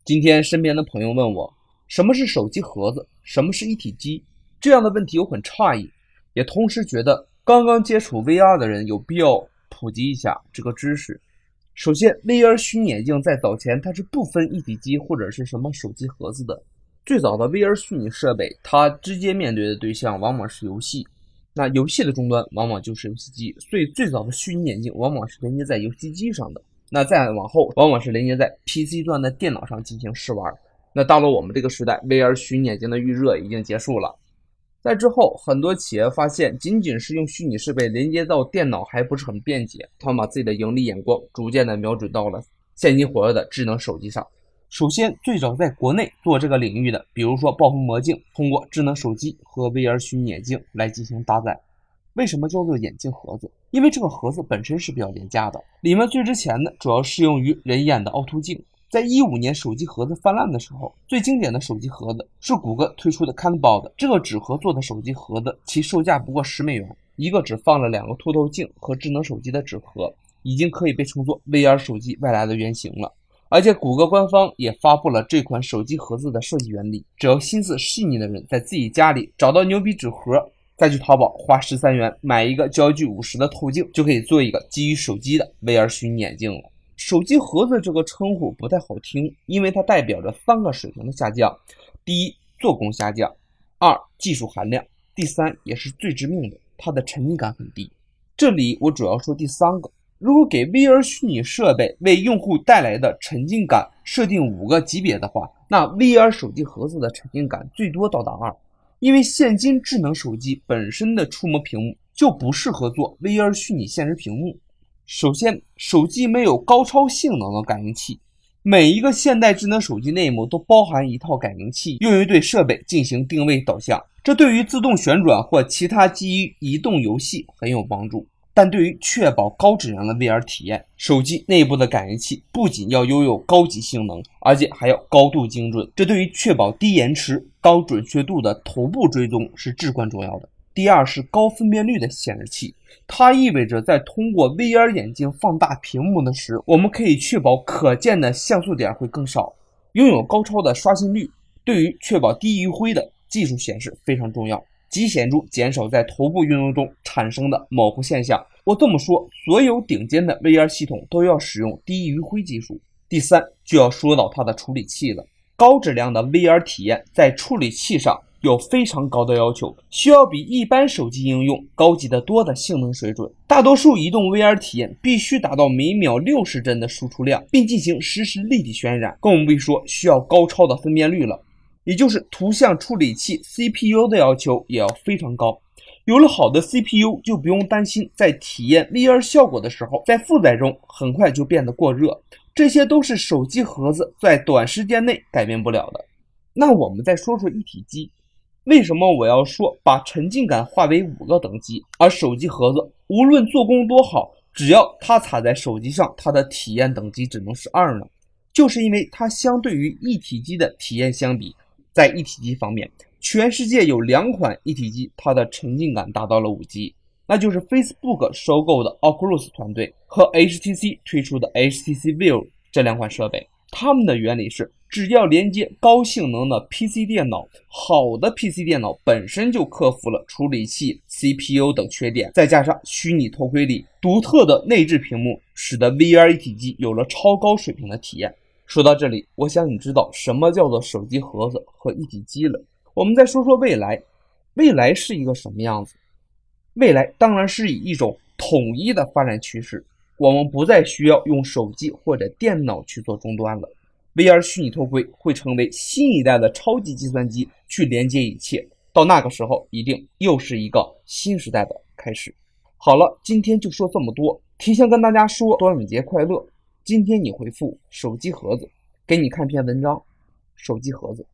今天身边的朋友问我，什么是手机盒子，什么是一体机？这样的问题我很诧异，也同时觉得刚刚接触 VR 的人有必要普及一下这个知识。首先 VR 虚拟眼镜在早前它是不分一体机或者是什么手机盒子的。最早的 VR 虚拟设备，它直接面对的对象往往是游戏，那游戏的终端往往就是游戏机，所以最早的虚拟眼镜往往是连接在游戏机上的。那再往后往往是连接在 PC 端的电脑上进行试玩。那到了我们这个时代， VR 虚拟眼镜的预热已经结束了。在之后，很多企业发现仅仅是用虚拟设备连接到电脑还不是很便捷，他们把自己的盈利眼光逐渐的瞄准到了现今火热的智能手机上。首先最早在国内做这个领域的，比如说暴风魔镜，通过智能手机和 VR 虚拟眼镜来进行搭载。为什么叫做眼镜盒子？因为这个盒子本身是比较廉价的，里面最值钱的主要适用于人眼的凹凸镜。在15年手机盒子泛滥的时候，最经典的手机盒子是谷歌推出的 Candbot， 这个纸盒做的手机盒子，其售价不过$10，一个只放了2个凸透镜和智能手机的纸盒，已经可以被称作 VR 手机未来的原型了。而且谷歌官方也发布了这款手机盒子的设计原理，只要心思细腻的人在自己家里找到牛皮纸盒，再去淘宝花13元买一个焦距50的透镜，就可以做一个基于手机的 VR 虚拟眼镜了。手机盒子这个称呼不太好听，因为它代表着3个水平的下降：第一，做工下降；二，技术含量；第三，也是最致命的，它的沉浸感很低。这里我主要说第3个。如果给 VR 虚拟设备为用户带来的沉浸感设定5个级别的话，那 VR 手机盒子的沉浸感最多到达2。因为现今智能手机本身的触摸屏幕就不适合做 VR 虚拟现实屏幕。首先，手机没有高超性能的感应器，每一个现代智能手机内部都包含一套感应器，用于对设备进行定位导向，这对于自动旋转或其他基于移动游戏很有帮助。但对于确保高质量的 VR 体验，手机内部的感应器不仅要拥有高级性能，而且还要高度精准，这对于确保低延迟、高准确度的头部追踪是至关重要的。第二是高分辨率的显示器，它意味着在通过 VR 眼镜放大屏幕的时，我们可以确保可见的像素点会更少，拥有高超的刷新率，对于确保低余灰的技术显示非常重要，极显著减少在头部运动中产生的模糊现象。我这么说，所有顶尖的 VR 系统都要使用低余灰技术。第三，就要说到它的处理器了。高质量的 VR 体验在处理器上有非常高的要求，需要比一般手机应用高级得多的性能水准。大多数移动 VR 体验必须达到每秒60帧的输出量，并进行实时立体渲染，更不必说需要高超的分辨率了。也就是图像处理器 CPU 的要求也要非常高。有了好的 CPU， 就不用担心在体验 VR 效果的时候，在负载中很快就变得过热，这些都是手机盒子在短时间内改变不了的。那我们再说说一体机。为什么我要说把沉浸感划为5个等级，而手机盒子无论做工多好，只要它插在手机上，它的体验等级只能是2呢？就是因为它相对于一体机的体验相比，在一体机方面，全世界有2款一体机，它的沉浸感达到了5级，那就是 Facebook 收购的 Oculus 团队和 HTC 推出的 HTC Vive 这2款设备。它们的原理是，只要连接高性能的 PC 电脑，好的 PC 电脑本身就克服了处理器、CPU 等缺点，再加上虚拟头盔里独特的内置屏幕，使得 VR 一体机有了超高水平的体验。说到这里，我想你知道什么叫做手机盒子和一体机了。我们再说说未来，未来是一个什么样子？未来当然是以一种统一的发展趋势，我们不再需要用手机或者电脑去做终端了。VR 虚拟头盔会成为新一代的超级计算机去连接一切，到那个时候一定又是一个新时代的开始。好了，今天就说这么多，提前跟大家说端午节快乐。今天你回复手机盒子，给你看篇文章，手机盒子。